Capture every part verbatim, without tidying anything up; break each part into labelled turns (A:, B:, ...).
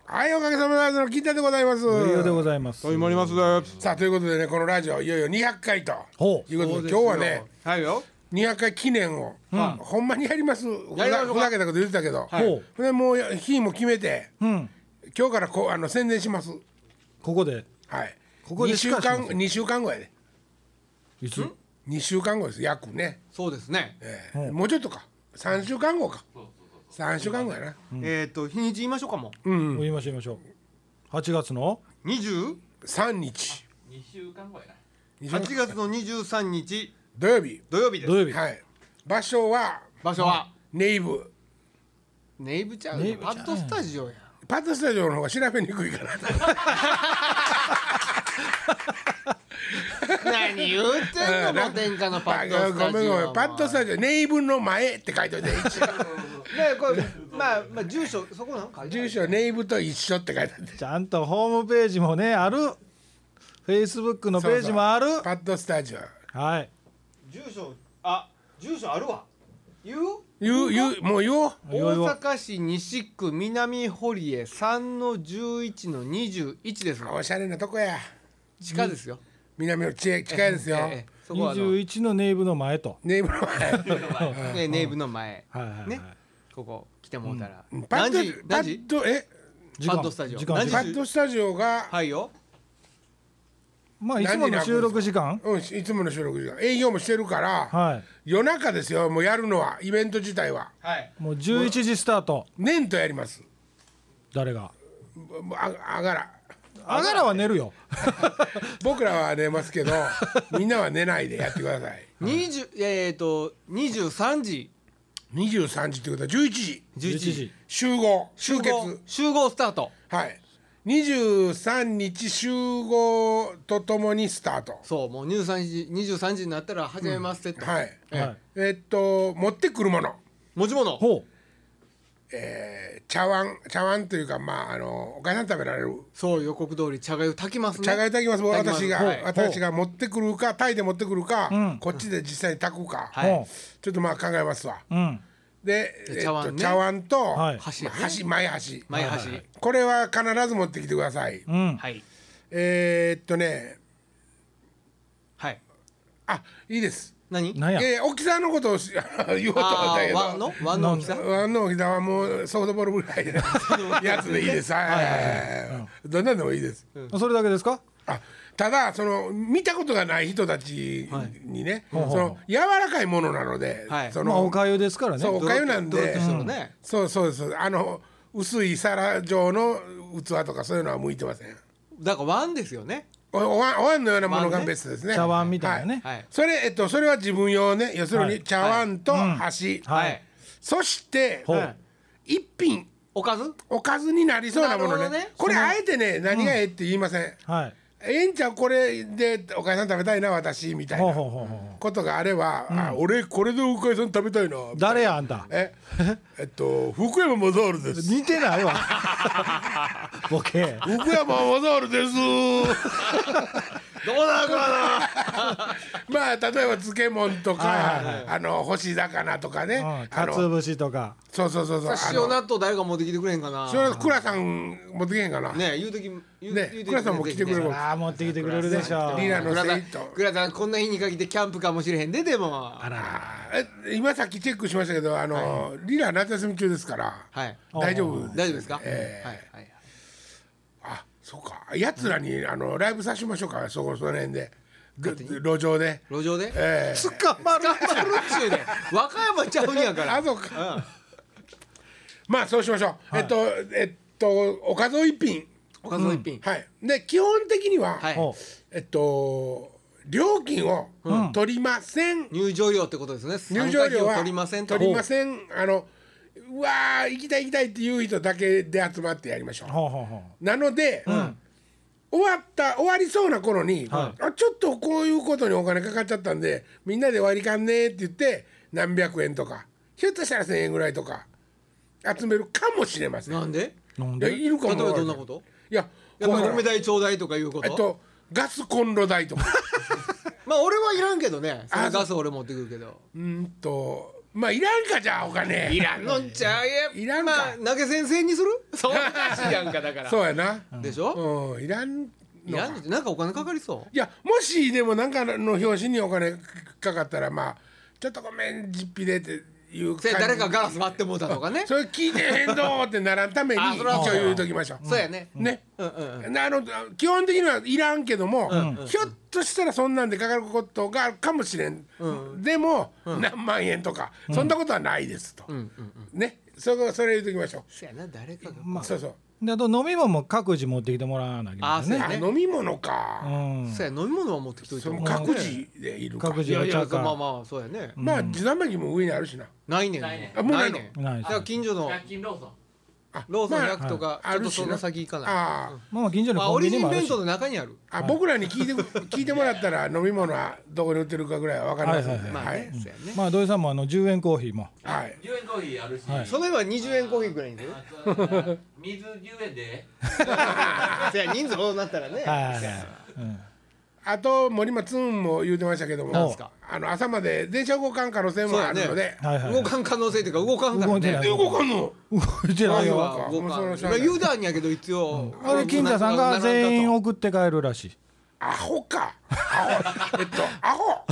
A: はい、おかげさまでの金太でございます。
B: 無料でございます。
C: といもりますです。
A: さあということでね、このラジオいよいよにひゃっかいと
B: ほう
A: いうことで、今日はね
C: はいよ。
A: にひゃっかい記念を、うん、ほんまにやります。ふざ
C: やりましょうか。
A: ふざけたこと言ってたけど、
B: はい、
A: でもう日も決めて、うん、今日からこうあの宣伝します。
B: ここで、
A: はい、
B: ここで
A: にしゅうかんにしゅうかんごやで。
B: いつ？
A: にしゅうかんごです。約ね。
C: そうですね。
A: えー、もうちょっとか。さんしゅうかんごか。さんしゅうかんごやな。
C: うん、えっ、ー、と日にち言いましょうかも。
A: うん、
B: 言いましょう言いましょう。はちがつの
C: にじゅう
A: さんにち。
D: にしゅうかんごや
C: な。はちがつのにじゅうさんにち
A: 土曜日。
C: 土曜日です。
B: 土曜日。
A: はい。場所は
C: 場所は
A: ネイブ。
C: ネイブちゃう。パッドスタジオや。
A: パッドスタジオの方が調べにくいから。
C: 何言ってんの、天下のパッドスタジオ。
A: ごめんごめん、パッドスタジオネイブの前って書いといて。
C: ねこれまあまあ住所そこなの？
A: 住所ネイブと一緒って書いてあって。
B: ちゃんとホームページもねある。フェイスブックのページもある。
A: そうそうパッドスタジオ。
B: はい。
C: 住所あ住所あるわ。言う？
A: 言う言うもう言おう。
C: 大阪市西区南堀江さんのじゅういちのにじゅういちです。
A: おしゃれなとこや。
C: 地下ですよ。
A: 南堀近いですよ。
C: ええええ、
B: にじゅういちのネイブの前と。
A: ネイブの前。
C: ねネイブの前。
B: はいはいはい。
C: ね。ここ来てもうたら。
A: うん、パッドパッドえ
C: パッドスタジオ。
B: 時間
A: パッドスタジオが
C: はいよ。
B: まあいつもの収録時間。
A: うん、いつもの収録時間。営業もしてるから。はい。夜中ですよ。もうやるのはイベント自体は。
C: はい。
B: もうじゅういちじスタート。
A: 年とやります。
B: 誰が？
A: ああがら。
B: あがらは寝るよ。
A: 僕らは寝ますけど、みんなは寝ないでやってください。
C: 二十えっと二十三時。
A: 二十三時ってことはじゅういちじ。
C: じゅういちじ。
A: 集合集結
C: 集合スタート。
A: はい。二十三日集合とともにスタート。
C: そうもう二十三時二十三時になったら始めますって、
A: うん、はい、ええっと持ってくるもの
C: 持ち物
B: ほう、
A: えー、茶碗茶碗というかまああのお母さん食べられる。
C: そう予告通り茶がゆ炊きますね。
A: 茶がゆ炊きます。私が、
C: はい、
A: 私が持ってくるかタイで持ってくるか、うん、こっちで実際に炊くか、はい、ちょっとまあ考えますわ。うん、で、えー、茶碗ね、茶碗と、はい、箸、ね、箸前箸
C: 前箸、はい、
A: これは必ず持ってきてください。うん、はい。えー、っとね
C: はい。
A: あいいです。
C: 何？
A: 何や？えー、大きさのことを言おうと思ったけど。
C: 碗の碗の大きさ？
A: 碗の大きさはもうソフトボールぐらいのやつでいいです。はいはいはい。どんなんでもいいです。
B: うん、それだけですか？
A: あ、ただその見たことがない人たちにね、はい、その柔らかいものなので、
B: はい、
A: その
B: まあおかゆですからね。
A: そうおかゆなんで、
C: うんね、
A: そうそうです。あの薄い皿状の器とかそういうのは向いてません。
C: だから碗ですよね。
A: おわん、お椀のようなものがベストですね。
B: 茶碗みたいなね。
A: はい、それえっとそれは自分用ね。要するに茶碗と箸。はい。そして、はい、一品
C: おかず
A: おかずになりそうなもの ね, ね。これあえてね何がええって言いません。うん、はい。ええんちゃうこれでおかゆさん食べたいな私みたいなことがあれば、うん、あ俺これでおかゆさん食べたいな。
B: 誰やあんた？
A: ええっと福山雅治です。
B: 似てないわ。ボケ。
A: 福山雅治です。
C: どうなるか
A: な。まあ例えば漬物とか、はいはいはい、あの干し魚とかね、
B: かつぶしとか。
A: そうそうそうそう。
C: 塩納豆誰か持ってきてくれへんかな。
A: 塩納豆倉さん持ってけへんかな。
C: ねえ言うとき言う
A: ね倉さんも来てくれる。
B: ああ持ってきてくれるでしょう。
A: リーナのセイト。
C: 倉さんこんな日にかけてキャンプかもしれへんででも。
A: あらえ今さっきチェックしましたけどあの、はい、リーナ夏休み中ですから。はい。大丈夫。
C: 大丈夫ですか。
A: えー、はいはい。あそうか。やつらに、うん、あのライブさせましょうか。そこその辺で。路上で
C: 路上で、
A: え
C: ー、捕まる捕まるっちゅうね和歌山ちゃうんやから
A: あそうか、うん、まあそうしましょう、はい、えっとえっとおかずを一品
C: おかずを一品、
A: うん、はいで基本的には、はい、えっと料金を取りません、
C: うん、入場料ってことですね。
A: 入場料は
C: 取りません
A: 取りません。あのうわー行きたい行きたいっていう人だけで集まってやりましょう。ほうほうほうなので、うん終わった終わりそうな頃に、はい、あちょっとこういうことにお金かかっちゃったんでみんなで割り勘ねって言って何百円とかひょっとしたらせんえんぐらいとか集めるかもしれません。
C: なんで？
A: なんでいるかも。
C: 例えばどんなこと？
A: いや
C: やっぱ米代ちょうだいとかいうこと？
A: えっとガスコンロ代とか
C: まあ俺はいらんけどね。そのガス俺持ってくるけど
A: うんとまあいらんかじゃあお金
C: いらんのんちゃうや
A: いらんか、
C: まあ、投げ先生にするそう話やんかだから
A: そうやな、
C: でしょ、
A: うん、いらんのか
C: いらんのってなんかお金かかりそう。
A: いやもしでもなんかの表紙にお金かかったらまあちょっとごめん実費でっていう感じ、
C: 誰かガラス割ってもうたとかね
A: それ聞いてへんぞってならんために一
C: あそれは
A: 応言うときましょう、
C: そうやね、
A: ね、
C: うんうんうん、
A: あの基本的にはいらんけども、
C: ん
A: ひょっとしたらそんなんでかかることがあるかもしれん、でも、何万円とか、そんなことはないですと、
C: うんうんうん、
A: ねそれそれ言うときましょう、
C: そうやな誰かが、
B: まあ
A: そうそう
B: であと飲み物も各自持ってきてもらわなきゃいけないね。
A: あ
C: あね
A: 飲み物か、
B: うん
C: そうや飲み物は持ってきといて
A: そ
C: も
A: の各自でいるか、
B: 各自
C: いやいや
B: お茶か
C: まあまあそうやね、
A: まあ地玉木も上にあるしな、
C: ないねん
D: ないね
A: あもうないの
C: ねん
B: ないです
C: だから近所の
D: ひゃく均ローソン
A: あ
C: ローソン
A: まあ
C: ひゃくとか、
A: あるしな
C: ちょっとその先行かない、
A: あ
B: まあ近所の
C: まあ、
B: コ
C: オ
B: ンビニもあるし。
C: リジン弁当の中にある、
A: あ、あ僕らに聞いて聞いてもらったら飲み物はどこに売ってるかぐらいは分かりますんで、
B: はい
C: まあ
A: はい
C: ね、そうやね、
B: まあ土井さんもあのじゅうえんコーヒーも。
A: はい
D: じゅうえんコーヒーあるし、
B: はい
C: その辺はにじゅうえんコーヒーぐらいにする
D: あと水じゅうえんで
C: そや人数多くなったらね、
B: はいはいはい。うん
A: あと森松も言うてましたけども、
B: なんす
C: か
A: あの朝まで電車動かん可能性もあるので、
B: はいはい。
C: 動かん可能性というか動かんからね
B: 動いてない
A: 動かんの
B: 動いてないよ。
C: は動かん
A: もうそのしゃあない
C: 言うたんやけど一応、
B: あれ金田さんが全員送って帰るらしい。
A: アホかアホえっとアホ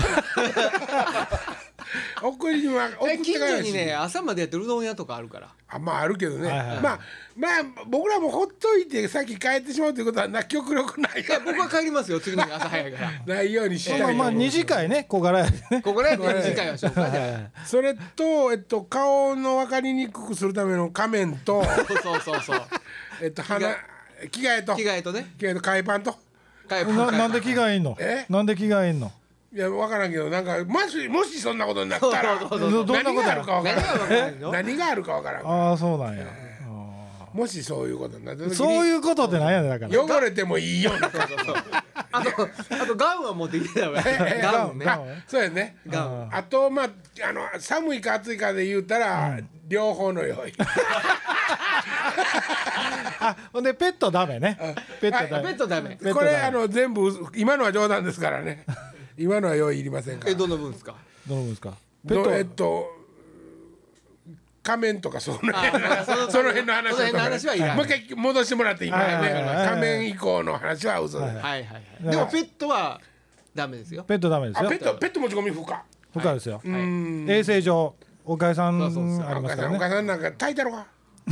A: 送りには送って
C: え近
A: かないし、
C: 所にね朝までやってるうどん屋とかあるから
A: あまああるけどね、
B: はいはい
A: まあまあ僕らもほっといてさっき帰ってしまうということはな極力ない
C: いや僕は帰りますよ次の日朝早いから
A: ないようにしたい
B: まあまあ二次会ね小柄やでね。
C: ここで次回は紹介じゃ
A: それと、えっと、顔の分かりにくくするための仮面と
C: そうそうそう
A: えっと鼻着替えと
C: 着替えとね
A: 着替えと海パンと
C: 帰る
B: ななんで着替えんの
A: え？
B: なんで着替えんの？
A: いや分からんけどなんかもしもしそんなことになったら
C: そうそうそう
B: どどんな
A: 何
B: ことや
A: があるか分から
C: 何が分からん
A: ん
C: の
A: 何があるか分からん
B: ああそうなんや。
A: もしそういうことになった時に
B: そういうことってなんやねんだから。
A: 汚れてもいいような
C: あとあとガウンは持ってきてたわ
A: え
C: ガウンね
B: ガ
A: あそうやね
C: ガウン
A: あとまああの寒いか暑いかで言うたら、両方の用意
B: あほんでペットダメね。ペットダ
C: ペ
B: メ。
C: ットダメ
B: ペット
A: これ
B: ダメ
A: あの全部今のは冗談ですからね今のは用意いりませんから
C: えどの分ですか
B: どうですか。ペッ
A: ど
B: ト
A: えっと仮面とかその辺
C: あその
A: その辺の話
C: その辺の話はいらん
A: もう一回戻してもらって今
B: はいはいはい
A: ね
B: はい
A: 仮面以降の話は嘘で
C: はいはいはいでもペットはダメですよ
B: ペットダメですよ
A: あペ。ットペット持ち込み不可
B: 不可ですよ。
A: うん
B: 衛生上おかえさん
C: そうそうそう
B: あり
A: お母
B: ますからね。
A: さんお母さんなんか炊いたろか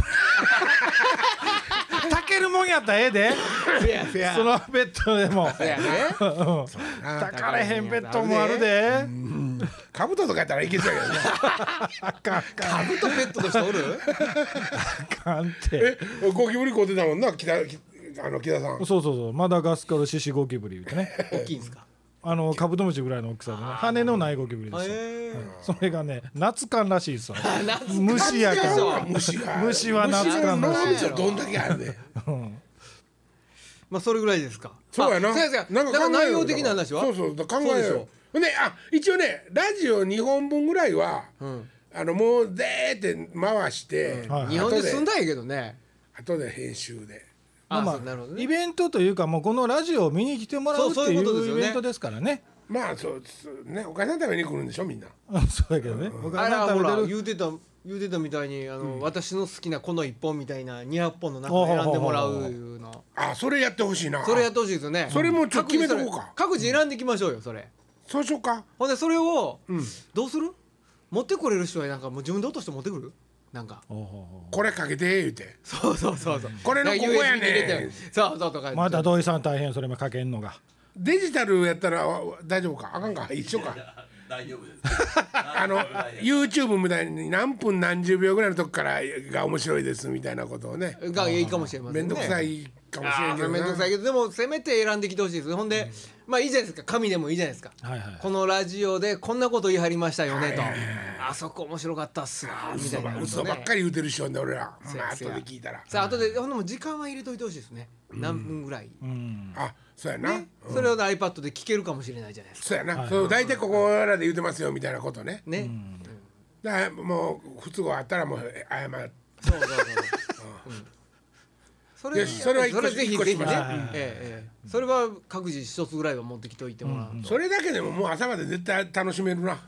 B: 炊けるもんやったらええで。
C: せやせや
B: そのペットでも。
C: せやね
A: な
B: 炊かれへんペットもあるで。
A: カブトとかやったらいけそうやけどね
B: あかん
C: カブとペットの人おる
B: あかんって。
A: えゴキブリ買うてたもんな北きあの木田さん
B: そうそうそうマダガスカルシシゴキブリ言うてね。
C: 大きいんですか
B: あのカブトムシぐらいの大きさでね羽のないゴキブリですよ。
C: へ
B: それがね夏感らしいですわ。
C: え夏
B: 虫やから
C: そう
A: 虫が
B: 虫は夏感らしい
A: 虫の脳みそどんだけあるね
C: まあそれぐらいですか
A: そうやな
C: あそうやそうや
A: なん
C: だから
A: 考えよう
C: 内容的な話は
A: そうそうだから考えよ
C: そうでしょ
A: うほんであ一応ねラジオにほんぶんぐらいは
C: うん
A: あのもうでーって回して
B: はい
C: 日本で住んだんやけどね
A: 後で編集で
C: あ
B: まあ
C: そうなるほどね
B: イベントというかもうこのラジオを見に来てもらうって
C: そうそういうことですよね
B: いうイベントですからね。
A: まあそうそうねお母さん食べに来るんでしょみんな
B: そうやけどね。お母
C: あれはほら
B: さん食べてる。
C: 言うてた言うてたみたいにあの、私の好きなこの一本みたいなにひゃっぽんの中で選んでもらういうの
A: あそれやってほしいな
C: それやってほしいですよね
A: それもちょっと決めとこうか
C: 各自選んでいきましょうよそれ
A: そうしようか
C: ほんでそれを、
A: うん
C: どうする持ってこれる人はなんかもう自分で落として持ってくるなんか
B: ほうほうほ
A: これかけて言うて
C: そうそうそうそう
A: これのここやねん
C: なんか ユーエスビー に入れてそうそうとか
B: うまた土井さん大変それもかけんのが。
A: デジタルやったらあ大丈夫かあかんか一緒か
D: 大丈夫です
A: あの YouTube みたいに何分何十秒ぐらいのとこからが面白いですみたいなことをね
C: がいいかもしれませ
A: めん
C: んね
A: どくさいかもしれんけど
C: めんどくさい
A: な
C: けどでもせめて選んできてほしいですほんで、まあいいじゃないですか紙でもいいじゃないですか
B: はいはい。
C: このラジオでこんなこと言い張りましたよねとあそこ面白かったっすわみた
A: 嘘ば
C: いなことね
A: 嘘ばっかり言うてる人ね俺らまあ後
C: そうやそうや
A: で聞いたら
C: さあ後でほんでも時間は入れといてほしいですね何分ぐらい
B: うん。
A: あそうやな
C: ねそれを iPad で聞けるかもしれないじゃないですか
A: そうやなそう大体ここらで言うてますよみたいなことね
C: ね
A: だからもう不都合あったらもう謝る
C: そうそうそううんそれ
A: よしそれは一個
C: それぜひ
A: 一個
C: ぜひね
A: しましょう
C: ええええそれは各自一つぐらいは持ってきておいてもらうと
A: それだけでももう朝まで絶対楽しめるな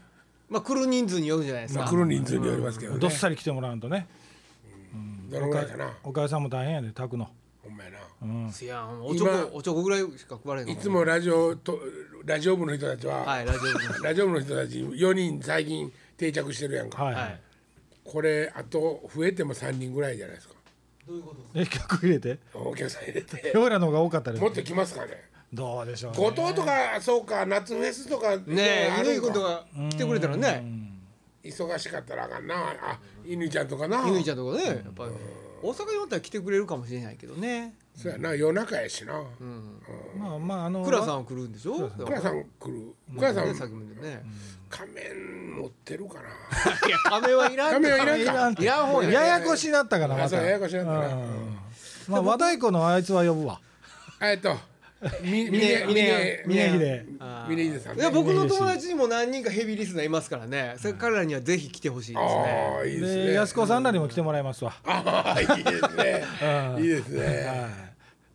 C: まあ来る人数によるじゃないですか、
A: まあ来る人数によりますけどね。
B: どっさり来てもらうとね、
A: どのぐらいかな。
B: おかゆさんも大変やで炊くの。
A: ほんまやな。
B: うん
C: いやおちょこおちょこぐらいしか食われへん
A: いつもラジオとラジオ部の人たちは、
C: はいラジオ部
A: ラジオ部の人たちよにん最近定着してるやんか。
B: はいは
C: はいい。
A: これあと増えてもさんにんぐらいじゃないですか。
C: どういうこと
B: え客入れて
A: お客さん入れて。
B: 俺らの方が多かったです
A: もっと来ますかね。
B: どうでしょうね。
A: 後藤とかそうか夏フェスとか
C: ねえ
A: あるんか
C: 乾君とか来てくれたらね
A: 忙しかったらあかんな。あ乾ちゃんとかな。
C: 乾ちゃんとかねやっぱり大阪におったら来てくれるかもしれないけどね。
A: そうやな夜中やしな。
B: まあまああの
C: 倉さんは来るんでしょ。
A: 倉さん来る。倉さん
C: さっきも言ったね。
A: 仮面持ってるかな。
C: いや亀はいらん。
A: 仮面はいらん
B: いら
A: か
B: ん。て
C: いらん方や
B: ややこしになったからまた。
A: あそうややこしなったな。
B: まあ和太鼓のあいつは呼ぶわ。
A: えっとみ
C: 峰
A: 峰
C: 峰
B: 峰秀。
A: 峰秀さんね。
C: いや僕の友達にも何人かヘビーリスナーいますからね。それ彼らにはぜひ来てほしいですね。
A: ああいいです
B: で
A: ね。
B: 安子さんらにも来てもらいますわ。
A: ああいいですね。いいですね。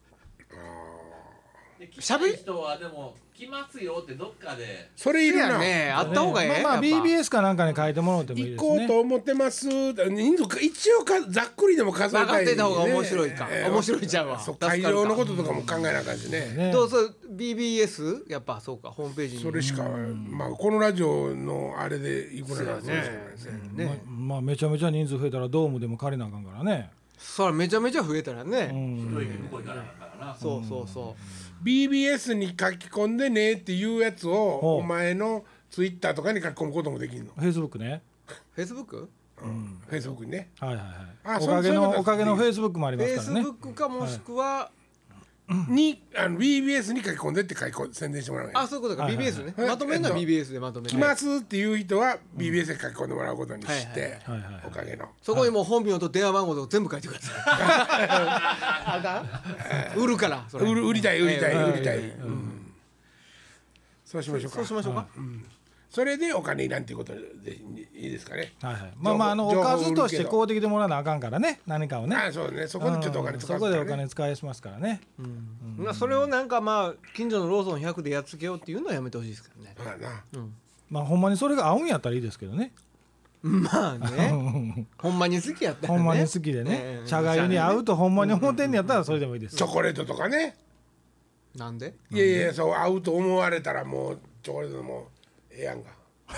D: しゃべる人はでも来ますよってどっかで
A: それいるな。
C: ねあった方がええ。
B: まあまあ ビービーエス かなんかに書いてもらってもいいですね。
A: 行こうと思ってます。人数か一応かざっくりでも数え
C: 分か
A: たい、ね。
C: ってた方が面白いか。
A: えー
C: 面白いちゃうわ。
A: そう
C: 助かるか
A: 会場のこととかも考えなあかんしね。
B: ね
C: どうぞ ビービーエス やっぱそうかホームページに。
A: それしかまあこのラジオのあれで行くならそうしかないですね。
C: ね。
B: まあめちゃめちゃ人数増えたらドームでも借りなあかんからね。
C: それめちゃめちゃ増えたらね。
D: 一人で向こう行かなかったからな。
C: そうそうそう。
A: ビービーエス に書き込んでねっていうやつを
B: ほう
A: お前のツイッターとかに書き込むこともできるの。
B: フェイスブックね。
C: フェイスブック？
A: フェイスブックにね。
B: はいはい
A: あ
B: はい。おかげの
A: そうそういうこと
B: おかげのフェイスブックもあり
C: フェイ
B: ますからね。
C: スブックかもしくは
A: にあの ビービーエス に書き込んでって書き込ん宣伝してもらうのよ。
C: あそういうことか
B: はいはい
C: ビービーエス ね。
A: はい
C: まとめるのは
A: えっと
C: ビービーエス でまとめる。
A: 来ますっていう人は ビービーエス で書き込んでもらうことにして
B: はいはいはい
A: おかげの。
C: そこにもう本名と電話番号とか全部書いてください。あかん？売るからそれ。
A: 売る売りたい売りたい
C: ええ
A: 売りたい。うんそうしましょうか。
C: そうしましょうか。
A: それでお金いらんっていうことでいいですかね。
B: はいはい。まあまああの
A: 情報
B: おかずとし
A: 情報売るけど
B: て買うてきてもらわなあかんからね。何かをね。
A: あそうね。そこでちょっとお金使
B: そうこでお
A: からね。
B: 金使いしますからね。
C: まあそれをなんかまあ近所のローソンひゃくでやっつけようっていうのはやめてほしいですけどね。
A: まあな。
B: まあほんまにそれが合うんやったらいいですけどね。
C: まあね。ほんまに好きやったらね。
B: ほんまに好きで
C: え
B: ね
C: え。
B: 茶がゆに合うとほんまに思ってんねやったらそれでもいいです
A: チ。ョコレートとかね。
C: なんで？
A: いやいやそう合うと思われたらもうチョコレートもええやんか。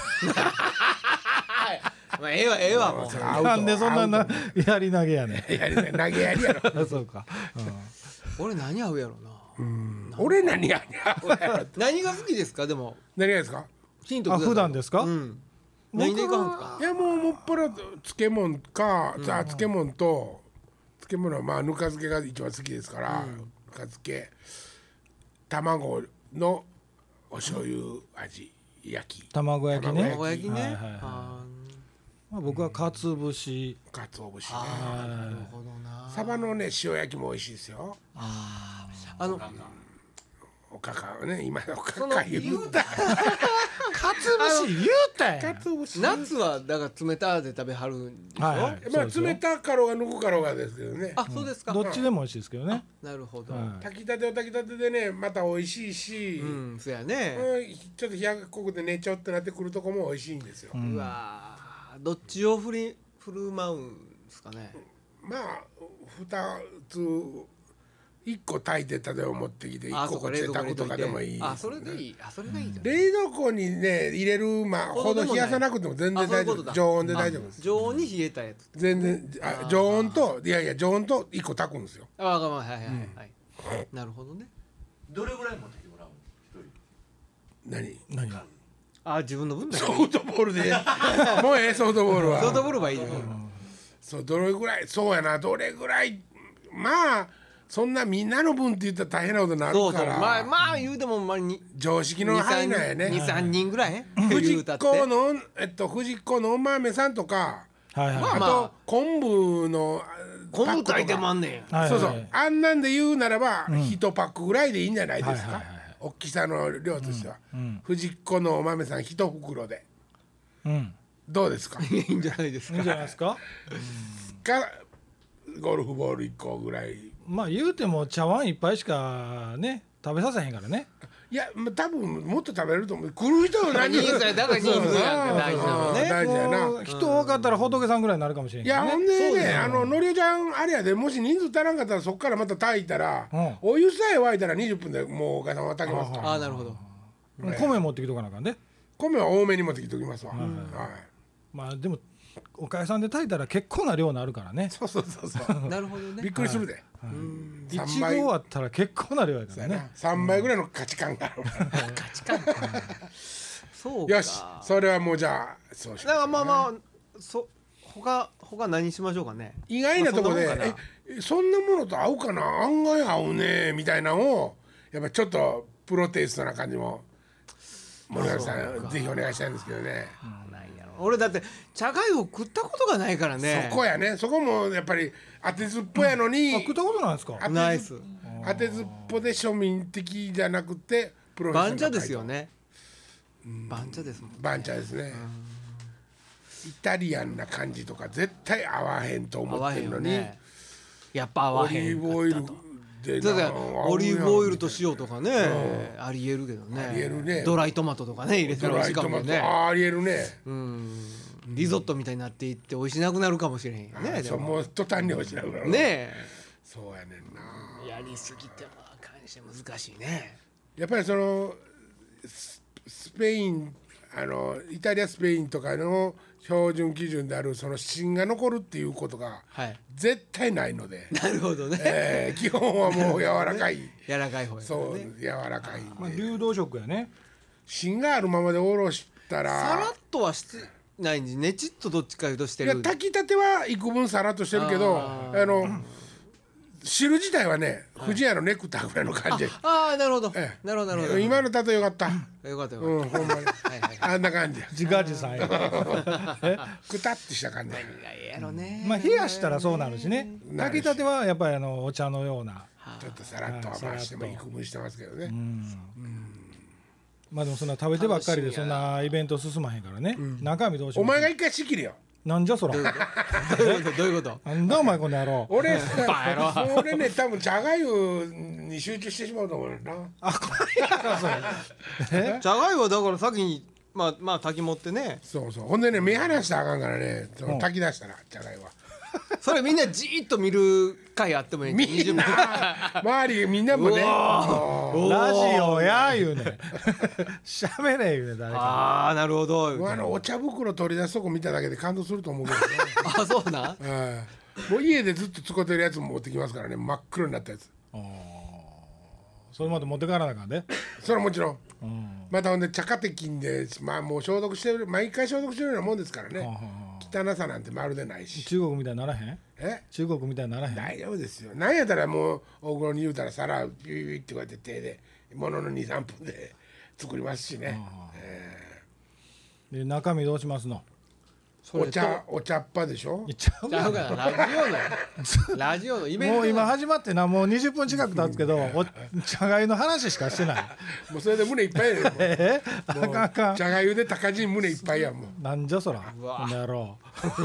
C: まあええわええわもう。
A: 合うと
B: なんでそんななやり投げやねん。
A: やりね投げやりやろ。
B: そうか。
C: 俺何合うやろな。
A: 俺何やに合うやろ。
C: 何が好きですかでも
A: 何がですか。
B: あ
C: ヒントください。
B: 普段ですか
C: うん。何でいかんすか。
A: いやもうもっぱら漬物か、じゃあ漬物と漬物はまあぬか漬けが一番好きですから、ぬか漬け卵のお醤油味焼き
B: 卵焼きね。
C: 卵焼きね。
B: はいはいはい
C: あ
B: まあ僕はかつ節。
A: かつお節ね
C: ーなるほどな。
A: サバのね塩焼きも美味しいですよ。
C: あの
A: おかかはね今おか
C: その
A: か言った
B: かつ節言うたやん。
A: かつお節
C: 夏はだから冷たで食べはるんでしょ。
B: はいはい。
A: まあ
B: そうですよ
A: 冷たかろうがぬくかろうがですけどね。
C: あそうですか。
B: どっちでも美味しいですけどね。
C: なるほど。
B: はい
A: 炊きたては炊きたてでねまた美味しいし、
C: う
A: うん
C: んそうやね。
A: ちょっと冷やっこくでねちょってなってくるとこも美味しいんですよ。
C: うわーどっちを振り振る舞うんですかね。
A: まあふたついっこ炊いて例えば持ってきていっ
C: あ
A: ここっちで炊くとかでもいいですね。
C: あそれでいい。あそれがいいじゃん。
A: 冷蔵庫にね入れるまあほど冷やさなくても全然大丈夫。常温で大丈夫です。
C: 常温に冷えたやつ。
A: 全然あ常温といやいや常温といっこ炊くんですよ。
C: あわかりましたはいはいはい。なるほどね。
D: どれぐらい持ってきてもらうの？一人。
A: 何？
B: 何が。
C: あ自分の分だよ。
A: ソフトボールでもうええソフトボールは。
C: ソフトボールはいいよ。
A: そうどれぐらいそうやなどれぐらいまあそんなみんなの分って言ったら大変なことになる
C: そうそう
A: から
C: まあまあ言うてもまあに
A: 常識の範囲なんやね。
C: 二三人ぐらい。
A: 藤
C: 言うたって。
A: 子のえっと藤子のお豆さんとか、
B: はいはい。
A: あ
C: まあ
A: と昆布の
C: 昆布炊いても
A: あ
C: あんねん。
B: はい
A: そうそう
B: はい
A: あんなんで言うならば一パックぐらいでいいんじゃないですか、
B: はいはいはい
A: 大きさの量としては、
B: ん
A: 藤子のお豆さん一袋で
B: うん。
A: どうですか
C: いいんじゃないですか。
B: いいんじゃないですか。
A: かゴルフボールいっこぐらい
B: まあ言うても茶碗一杯しかね食べさせへんからね。
A: いや多分もっと食べれると思う。来る人は何
C: 人数やだから人数やん大事なのね。
A: 大事やな。
B: もう人多かったら仏さんぐらいになるかもしれん
A: い
B: けどね。
A: やほんで
C: そうですよ
A: ねあののりおちゃんあれやでもし人数足らんかったらそっからまた炊いたら、
B: うん
A: お湯さえ沸いたらにじゅっぷんでもうお母さんは炊けますから。
C: ああなるほど。
B: 米持ってきとかなあかんで。
A: 米は多めに持ってきておきますわ。はい。
B: まあでもおかゆさんで炊いたら結構な量になるからね。
A: そうそうそうそう。
C: なるほどね。
A: びっくりするで。うん
B: いち
A: 三倍
B: 合あったら結構な量やからね。
A: 三倍ぐらいの価値観がある。
C: 価値観。そうか。
A: よしそれはもうじゃあそうし
C: だからまあ
A: あ
C: まあそ他他何しましょうかね。
A: 意外なところで、
C: まあそんなもんか
A: えそんなものと合うかな案外合うねみたいなのをやっぱちょっとプロテイストな感じも森脇さんぜひお願いしたいんですけどね、
C: なんやろ俺だって茶がゆを食ったことがないからね。
A: そこやねそこもやっぱり当てずっぽやのに、
B: あ食ったことないですか。
A: 当てず
C: ナイス。
A: 当てずっぽで庶民的じゃなくてプロフェッショナル
C: 番茶ですよね。番茶ですもん。
A: 番茶ですね、イタリアンな感じとか絶対合わへんと
C: 合
A: 思
C: わへん
A: ってるのに、
C: よね。やっぱ合わ
A: オ
C: へん。
A: リーブオイルで
C: だからオリーブオイルと
A: 塩
C: 塩とかね、ありえるけどね。
A: ありえるね
C: ドライトマトとかね入れたら美味しいかもね。
A: あーありえるね、
C: うん。リゾットみたいになっていって美味しなくなるかもしれへんよね。でも
A: そうもう途端に落ちなくなる
C: ね
A: そうやねんな
C: え。やりすぎてもあかんし難しいね。
A: やっぱりそのススペインあのイタリアスペインとかの標準基準であるその芯が残るっていうことが
C: はい。
A: 絶対ないので、
C: なるほどね。
A: えー基本はもう柔らかい
C: 柔らかい方やから
A: そう
C: ね。
A: 柔らかいん
B: まあ
A: で
B: 流動食やね。
A: 芯があるままでおろした
C: さら
A: ら
C: っとはしてないんでねちっとどっちかいうとして
A: いや
C: る。
A: 炊きたては幾分さらっとしてるけど
C: あ
A: あの汁自体はね藤屋のネクターぐらいの感じ、
C: ああなるほど。
A: ええ
C: なるほどなるほど。
A: 今の例えよかった、
C: よかったよかっ
A: うんほんまに
C: た。はいはい。
A: あんな感じ
B: 自画自賛や。
A: くたってした感じ
C: 何がええやろね。
B: まあ冷やしたらそうなるしね。
A: なるし
B: 炊きたてはやっぱりあのお茶のような。
A: ちょっとさらっとは回しても幾分してますけどね、
B: まあでもそんな食べてばっかりでそんなイベント進まへんからね。中身どうしよう。
A: お前が一回仕切れよ
B: なんじゃそら。
C: どういうことどういうこと。
B: なんだお前この野郎。
A: 俺
C: バ野郎
A: 俺ね多分茶がゆに集中してしまうと思うねんな
B: あこれやからそれ。え？
C: じゃがいはだから先にまあまあ炊き持ってね。
A: そうそうほんでね目離したらあかんからねその
B: うん
A: 炊き出したら茶がゆは
C: それみんなじーっと見る回あってもいいんじゃん。
A: みんな周りみんなもね
C: う
A: もう
B: ラジオや言うねん。喋れ言うねん誰か。
C: ああなるほど。
A: もうあのお茶袋取り出すとこ見ただけで感動すると思うけどね
C: あそうなん。
A: はいもう家でずっと使ってるやつも持ってきますからね真っ黒になったやつ
B: それまで持って帰らなあかんで。
A: それはもちろん
B: うん。
A: またほんで茶化的でまあもう消毒してる毎回消毒してるようなもんですからね
B: はあは
A: 汚さなんてまるでないし
B: 中国みたいにならへん？
A: え
B: 中国みたいにならへん？
A: 大丈夫ですよなんやったらもう大黒に言うたら皿ビュービューってこうやって手でもののにさんぷんで作りますしね、え
B: で中身どうしますの？
A: ーお茶お茶っ葉でしょ
B: 言っちゃう
C: ちゃうかなラジオのラジオのイベント
B: もう今始まってなもうにじゅっぷん近く経つけどお茶がゆの話しかしてない。
A: もうそれで胸いっぱいやねんもう
B: えあかんあかん。
A: 茶がゆで高人胸いっぱいやんもう
B: なんじゃそら
C: うわ
B: この野郎。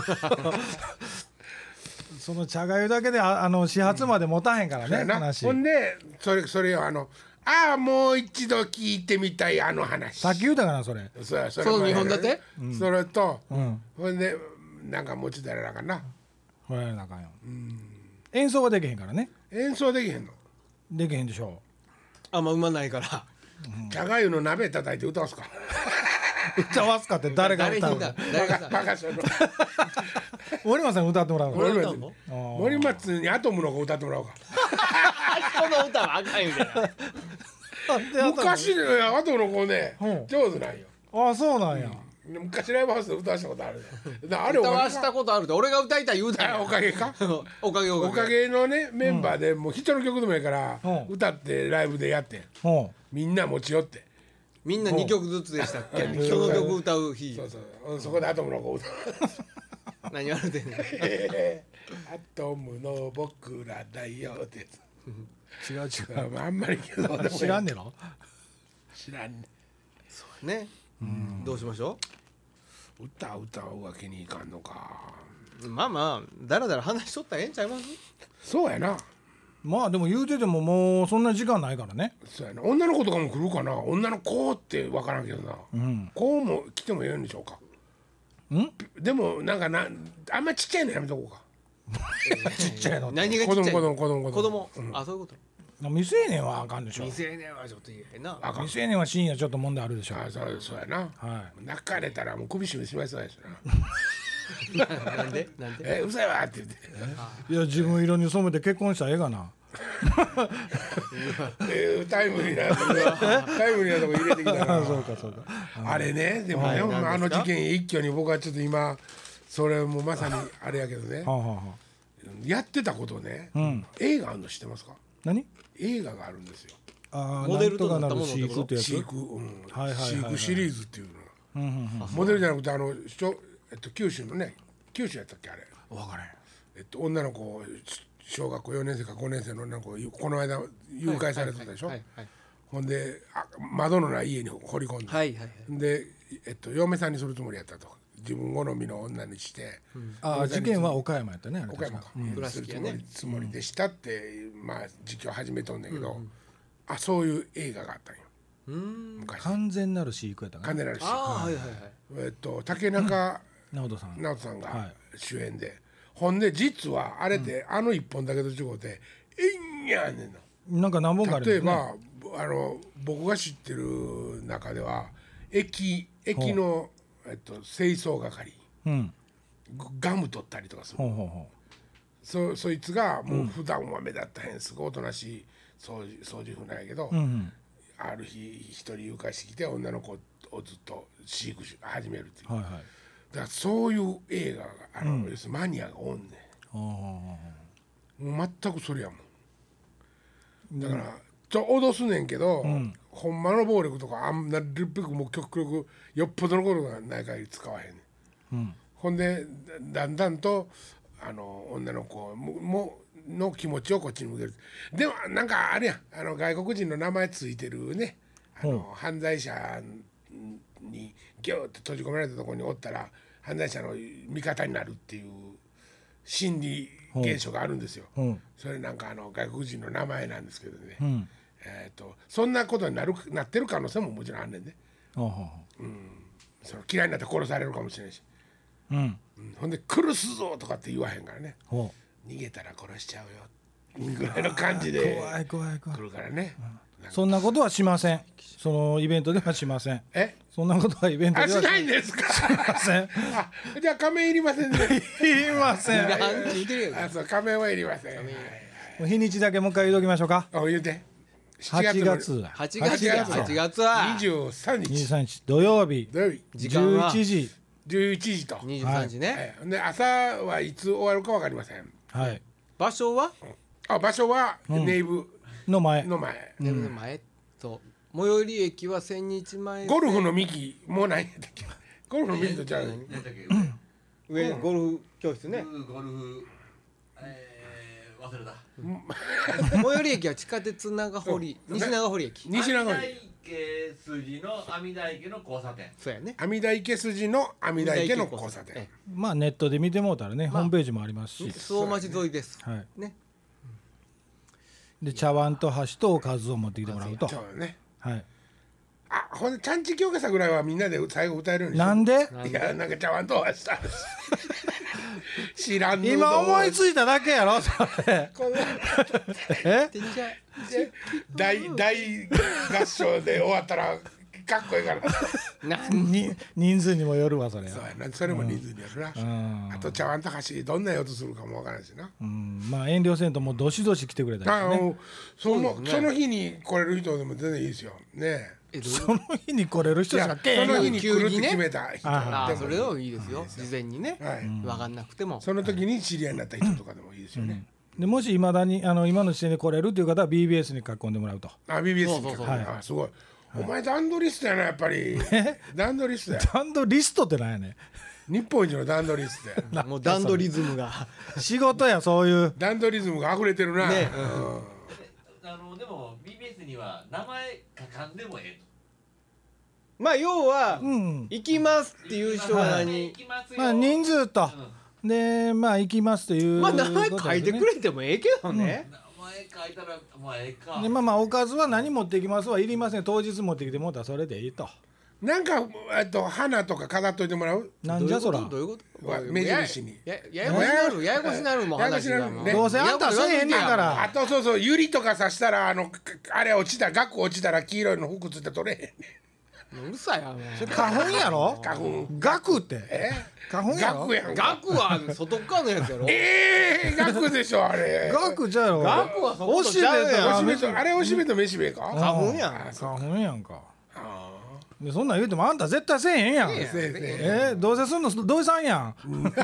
B: その茶がゆだけでああの始発まで持たへんからね、
A: そうやな
B: 話
A: ほんでそれそれをあのああもう一度聞いてみたいあの話
B: さっき言うたかなそれ。
A: そやそれ
C: その二本立て
A: それと、
B: うん
A: ほんでなんか持ちたらなあかんな
B: ほらなあかんよ。演奏はできへんからね。
A: 演奏できへんの
B: できへんでしょ
C: あんまうまないから
A: 茶がゆの鍋叩いて歌わすか
B: う。歌わすかって誰が
C: 誰にだ
B: 歌うの？
C: 誰が
A: バカその
B: 森松さん歌ってもらうの？
C: 俺歌うの
A: 森松にアトムの子歌ってもらおうか
C: この歌はあかんよね
A: 昔ねアトムの子ね
B: うん
A: 上手なんよ
B: ああそうなんや。
A: 昔ライブハウスで歌わしたことあるでだあれお
C: 歌わし
A: かげか
C: たことあるで俺が歌いたい言うた
A: あ
C: よ
A: おかげか
C: おかげお
A: おか
C: かげ
A: げのねメンバーでもう人の曲でもいいから
B: うん
A: 歌ってライブでやってん
B: ほ
A: みんな持ち寄って
C: みんなにきょくずつでしたっけ
A: うん
C: その曲歌う日
A: そうそううんそこでアトムの子歌う
C: 何言われてんねん
A: アトムの僕らだよってや
B: う。違う違
A: つ
B: う。
A: ああんまりけどでも
B: 知らんねろ。
A: 知らんね
C: ねどうしましょ
A: 歌歌うわけにいかんのか
C: うまあまあだらだら話しとったらええんちゃいます
A: そうやな
B: まあでも言うててももうそんな時間ないからね。
A: そうやな。女の子とかも来るかな。女の子って分からんけどな、うん、子も来てもよいんでしょうか。んでもなんかなあんまちっちゃいのやめとこうか
B: ちっちゃいの
C: 何がちっちゃいの。
A: 子供子供
C: 子供、うん、あそういうこと。
B: 未成年はあかんでしょ。
C: 未成年はちょっと言えな。
B: 未成年は深夜ちょっと問題あるでしょ。
A: あそうそうやな、はい、泣かれたらもう首絞めしまいそうやし
C: ななんでなんで
A: えうざいわって言って
B: いや自分色に染めて結婚したらええがな
A: えー、タイムリーなとこタイムリーなとこ入れてきたな
B: そうかそうか。
A: あれねでもね、はい、あの事件一挙に僕はちょっと今それもまさにあれやけどねはあはあ、やってたことね、うん、映画あるの知ってますか。
B: 何
A: 映画があるんですよ。
B: あモデルとかなる飼育ってやつ。飼
A: 育、うんはいはいはいはい、飼育シリーズっていうの、うんうんうん、モデルじゃなくてあの、えっと、九州のね九州やったっけあれ
B: 分からへん、
A: えっと、女の子小学校よねん生かごねん生の女の子この間誘拐されてたでしょ、はいはいはいはい、ほんであ窓のない家に放り込んで、はいはいはい、で、えっと、嫁さんにするつもりやったと自分好みの女にして、
B: うん、あ事件は岡山やったね。
A: 岡山か、うん、するつもり、つもりでしたって、まあ実況始めとんだけど、うん、あそういう映画があったんよ。
B: うん昔完全なる飼育やったかな。
A: 完全なる飼育、
B: はいはいはい、
A: えっと竹中
B: 直人さん
A: 直人さんが主演で、はい、ほんで実はあれで、うん、あの一本だけと違うてえんやねんの。
B: なんか何本かあるん
A: ですね。例えばあの僕が知ってる中では駅駅のえっと、清掃係、うん、ガム取ったりとかする。ほうほうほう そ, そいつがもう普段は目立ったへんすごいおとなしい掃除掃除婦なんやけど、うんうん、ある日一人誘拐してきて女の子をずっと飼育し始めるっていう、はいはい、だからそういう映画があの、うん、要するにマニアがおんねん。もう全くそれやもん。だから、うん、ちょ脅すねんけど、うん、ほんまの暴力とかあんなるべくもう極力よっぽどのことがない限り使わへんねん、うん、ほんでだんだんとあの女の子もの気持ちをこっちに向ける。でもなんかあれやんあの外国人の名前ついてるねあの、うん、犯罪者にギューッと閉じ込められたところにおったら犯罪者の味方になるっていう心理現象があるんですよ、うん、それなんかあの外国人の名前なんですけどね、うんえー、とそんなことになるなってる可能性ももちろんあんねんね、うん、その嫌いになって殺されるかもしれないし、うんうん、ほんで殺すぞとかって言わへんからね逃げたら殺しちゃうよぐらいの感じで
B: 怖い怖い怖い
A: 来るからね、
B: うん、そんなことはしません。そのイベントではしません。えそんなことはイベントでは
A: しないんですか。
B: しません。
A: あじゃあ仮面いりませんね。
B: いりません。
A: あそう仮面はいりません。
B: 日にちだけもう一回言うときましょうか。
A: あ言うて
B: はちがつ
C: はちがつはちがつは
A: にじゅうさんにち
B: にじゅうさんにち土曜日
A: 土曜日
B: じゅういちじ
A: じゅういちじと
C: にじゅうさんじね、
A: はい、で朝はいつ終わるか分かりません、
B: はい、
C: 場所は
A: あ場所はネイブ
B: の前
A: の前
C: ネイブの前と最寄り駅は千日前
A: ゴルフの幹もう何やったっけゴルフの幹とちゃう
C: 上ゴルフ教室ね
D: ゴルフ忘れた
C: 最寄り駅は地下鉄長堀西長堀駅
A: 西長堀
D: 阿弥陀池筋の阿弥陀池の交差点
C: そうやね
A: 阿弥陀池筋の阿弥陀池の交差点
B: まあネットで見てもうたらね、まあ、ホームページもありますし
C: 周防町沿いです、
B: はい
C: ね、
B: で茶碗と箸とおかずを持ってきてもらうと
A: そうね
B: はい
A: あほんでちゃんち教科さぐらいはみんなで最後歌えるように
B: なんで
A: いやなんか茶碗と箸と知らんの
B: 今思いついただけやろそれえ
A: 大大合唱で終わったらかっこいいから
B: に人数にもよるわそれ
A: そうやなそれも人数によるな、うん、あと茶碗と箸どんな音するかもわからんしな、
B: うん、まあ遠慮せんともうどしどし来てくれたらね
A: その、ね、その日に来れる人でも全然いいですよね
B: えその日に来れる人じゃけ
A: その日に来るって決めた人
C: あそれでもいいですよ事前にね、はい、分かんなくても
A: その時に知り合いになった人とかでもいいですよね、
B: うん、でもし未だにあの今の時点で来れるという方は ビービーエス に書き込んでもらうと
A: あ ビービーエス に書き込んで、はい、あすごい、はい、お前段取りストやなやっぱり段取りストや
B: 段取りストってなんやね
A: ん日本一の段取りストや
C: もう段取りズムが
B: 仕事やそういう
A: 段取りズムが溢れてるな、ね
D: うん、あのでも ビービーエス には名前書かんでもええと
C: まあ要は、うん、行きますっていう人は何、
B: まあ人数と、うん、でまあ行きますという
C: まあ名前書いてくれてもええけどね、
D: うん、名前書いたらまあええか
B: でまあまあおかずは何持ってきますはいりません、当日持ってきてもらったらそれでいいと。
A: なんかえっと花とか飾っといてもらう。
B: なんじゃそら。
C: どういうこと
A: わ目印に
C: やややこしなるややこしなるもん
A: ややこし
C: 話が
A: なるね
B: どうせあんたせえへんねんから
A: あとそうそうユリとかさしたらあのあれ落ちた額落ちたら黄色いの服ついて取れへんね
C: うるさいやもう
B: それ花粉やろ。
A: 花粉
B: ガクって
A: え
B: 花粉やろ。
A: 額やんか
C: 額は外側のやつやろ
A: ええ額でしょあれ
B: ガクじゃろ。
C: 額はそこ
B: おしべとか
A: おしめとあれおしめとめしべか
C: 花粉やん
B: 花粉やんか。でそんなん言うてもあんた絶対せえへんやん。
C: せえへん
A: せえせえ
B: えー、どうせすんの土井さんやん。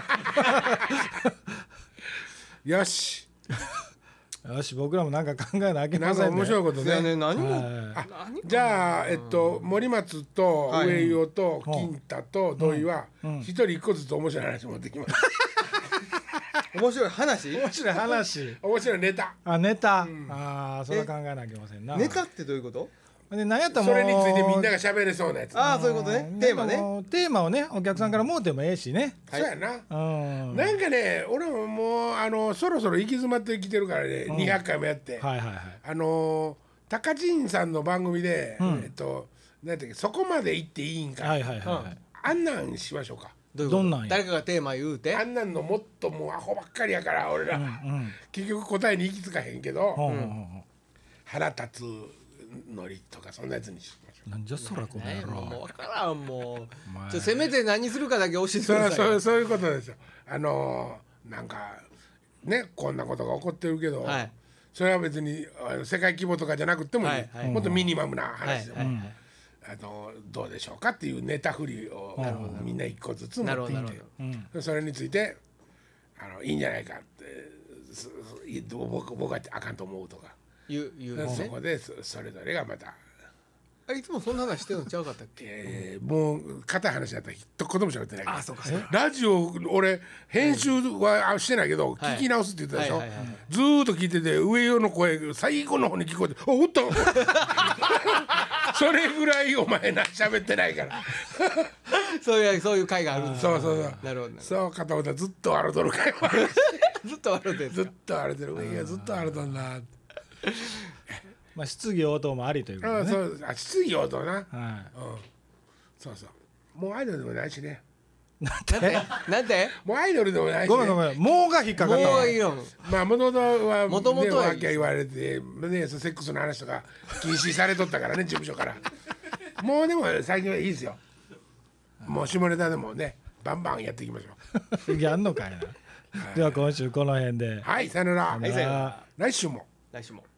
A: よし
B: よし僕らもなんか考えなあき
A: なんか
B: ませんね。
A: 面白いこと
C: いやね
A: ね
C: 何も
B: は
C: 何
A: じゃあえっと森松と上井尾と金太と土井は一人一個ずつ面白い話持ってきます
C: 面白い話
B: い。面白い話。
A: 面白いネタ
B: あネタ。ああそれは考えなきゃいけませんな。
C: ネタってどういうこと
B: で何やったらも
A: そうれについてみんなが喋れそうなやつ
C: ああそういうことねテーマね
B: もうテーマをねお客さんからもうてもええしね。
A: そうやな
B: うん。
A: なんかね俺ももうあのそろそろ行き詰まってきてるからねにひゃっかいもやって
B: はいはいはい。
A: あの高知さんの番組でえっとなんていうかそこまで行っていいんか
B: はいはいはいはい。
A: あんなんしましょうか
C: どういうこと
B: どんなんや
C: 誰かがテーマ言うて
A: あんなんのもっともうアホばっかりやから俺ら
B: うん
A: 結局答えに行き着かへんけど
B: ほうほうほうほ
A: 腹立つのりとかそんなやつにしましょう
B: う。なんじゃそらこの
C: 何や
B: 野郎。
C: もう分からんもう
B: 前
C: ちょせめて何するかだけ教えてく
A: それは
C: ださいよ
A: そうそういうことですよあのなんかねこんなことが起こってるけど、
C: はい
A: それは別にあの世界規模とかじゃなくてもいい、
C: はいはい
A: もっとミニマムな
C: はい
A: 話でも、
C: はい
A: あのどうでしょうかっていうネタ振りをみんな一個ずつ持ってき
C: なるほどなる
A: てそれについてあのいいんじゃないかってすすいどう僕僕はあかんと思うとか、
C: 言う言うね
A: そこでそそれぞれがまた。
C: あいつもそんな話してるのちゃうかったっけ
A: えーもう硬い話だったら一言も喋ってないから
C: あそうか
A: ラジオ俺編集はしてないけど、
C: はい
A: 聞き直すって言ってたでしょ、
C: はいはいはいはい
A: ずーっと聞いてて上用の声最後の方に聞こえて「おおったんそれぐらいお前な喋ってないから
C: そういうそういう会があるんです
A: そうそうそう
C: なるほどなるほど
A: そう片方ずっと笑うとる会話
C: ずっと笑ってる
A: ずっと笑ってる上がずっと笑うとんな
B: まあ質疑応答もありということでね。
A: あそうあ質疑応答な、うん、
B: は
A: そうそうもうアイドルでもないしね
C: なんでなんで
A: もうアイドルでもない
B: い。
A: し、
B: ごめんご
A: ね、
B: めん。もうが引っかかったわ
C: もう。いいよ
A: まあ元々は
C: 元々は
A: ねわけ言われてねセックスの話とか禁止されとったからね事務所からもうでも最近はいいですよもう下ネタでもねバンバンやっていきましょう
B: やんのかいな。では今週この辺で。
A: はいさよなら、
B: さよなら
A: 来週も
C: 来週も